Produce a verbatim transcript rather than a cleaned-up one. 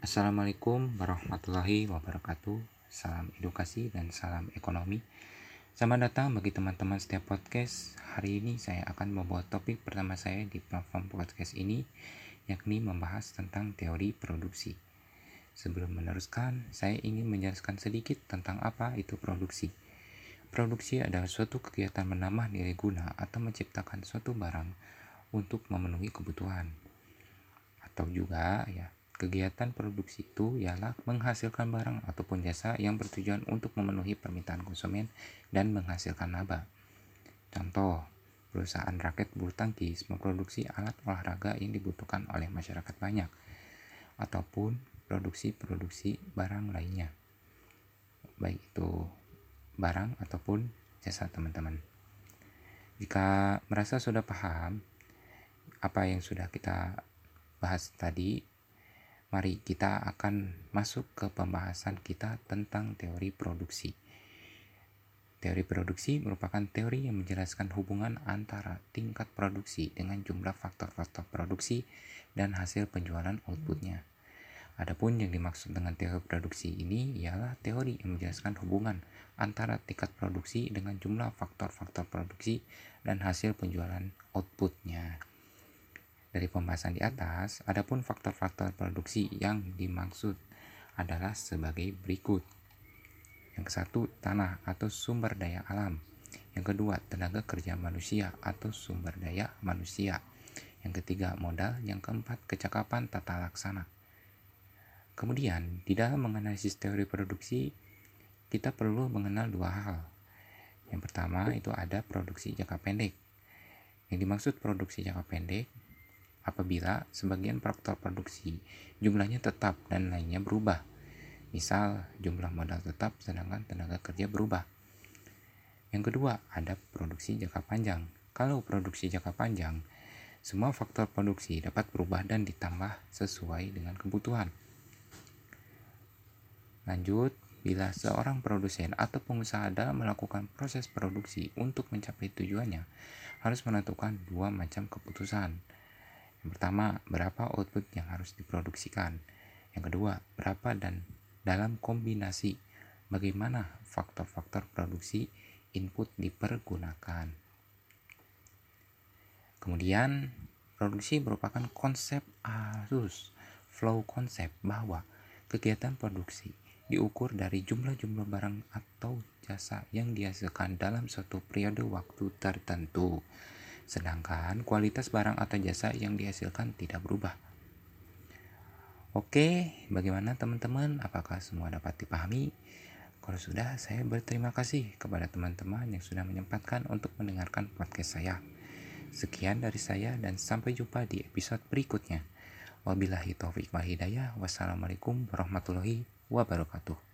Assalamualaikum warahmatullahi wabarakatuh. Salam edukasi dan salam ekonomi. Selamat datang bagi teman-teman setiap podcast. Hari ini saya akan membawa topik pertama saya di platform podcast ini, yakni membahas tentang teori produksi. Sebelum meneruskan, saya ingin menjelaskan sedikit tentang apa itu produksi. Produksi adalah suatu kegiatan menambah nilai guna atau menciptakan suatu barang untuk memenuhi kebutuhan. Atau juga ya, kegiatan produksi itu ialah menghasilkan barang ataupun jasa yang bertujuan untuk memenuhi permintaan konsumen dan menghasilkan laba. Contoh, perusahaan raket bulu tangkis memproduksi alat olahraga yang dibutuhkan oleh masyarakat banyak, ataupun produksi-produksi barang lainnya, baik itu barang ataupun jasa teman-teman. Jika merasa sudah paham apa yang sudah kita bahas tadi, mari kita akan masuk ke pembahasan kita tentang teori produksi. Teori produksi merupakan teori yang menjelaskan hubungan antara tingkat produksi dengan jumlah faktor-faktor produksi dan hasil penjualan outputnya. Adapun yang dimaksud dengan teori produksi ini ialah teori yang menjelaskan hubungan antara tingkat produksi dengan jumlah faktor-faktor produksi dan hasil penjualan outputnya. Dari pembahasan di atas, adapun faktor-faktor produksi yang dimaksud adalah sebagai berikut. Yang satu, tanah atau sumber daya alam. Yang kedua, tenaga kerja manusia atau sumber daya manusia. Yang ketiga, modal. Yang keempat, kecakapan tata laksana. Kemudian, di dalam menganalisis teori produksi, kita perlu mengenal dua hal. Yang pertama, itu ada produksi jangka pendek. Yang dimaksud produksi jangka pendek apabila sebagian faktor produksi jumlahnya tetap dan lainnya berubah. Misal, jumlah modal tetap sedangkan tenaga kerja berubah. Yang kedua, ada produksi jangka panjang. Kalau produksi jangka panjang, semua faktor produksi dapat berubah dan ditambah sesuai dengan kebutuhan. Lanjut, bila seorang produsen atau pengusaha dalam melakukan proses produksi untuk mencapai tujuannya, harus menentukan dua macam keputusan. Yang pertama, berapa output yang harus diproduksikan. Yang kedua, berapa dan dalam kombinasi bagaimana faktor-faktor produksi input dipergunakan. Kemudian, produksi merupakan konsep arus flow konsep bahwa kegiatan produksi diukur dari jumlah-jumlah barang atau jasa yang dihasilkan dalam suatu periode waktu tertentu. Sedangkan kualitas barang atau jasa yang dihasilkan tidak berubah. Oke, bagaimana teman-teman? Apakah semua dapat dipahami? Kalau sudah, saya berterima kasih kepada teman-teman yang sudah menyempatkan untuk mendengarkan podcast saya. Sekian dari saya dan sampai jumpa di episode berikutnya. Wabillahi taufiq wal hidayah. Wassalamualaikum warahmatullahi wabarakatuh.